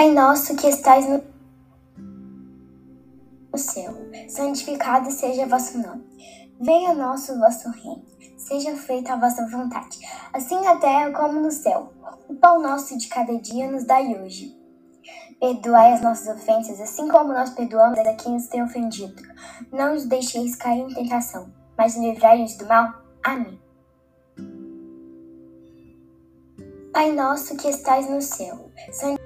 Pai nosso que estais no céu, santificado seja vosso nome. Venha a nós o vosso reino. Seja feita a vossa vontade, assim na terra como no céu. O pão nosso de cada dia nos dai hoje. Perdoai as nossas ofensas, assim como nós perdoamos a quem nos tem ofendido. Não nos deixeis cair em tentação, mas livrai-nos do mal. Amém. Pai nosso que estais no céu, santificado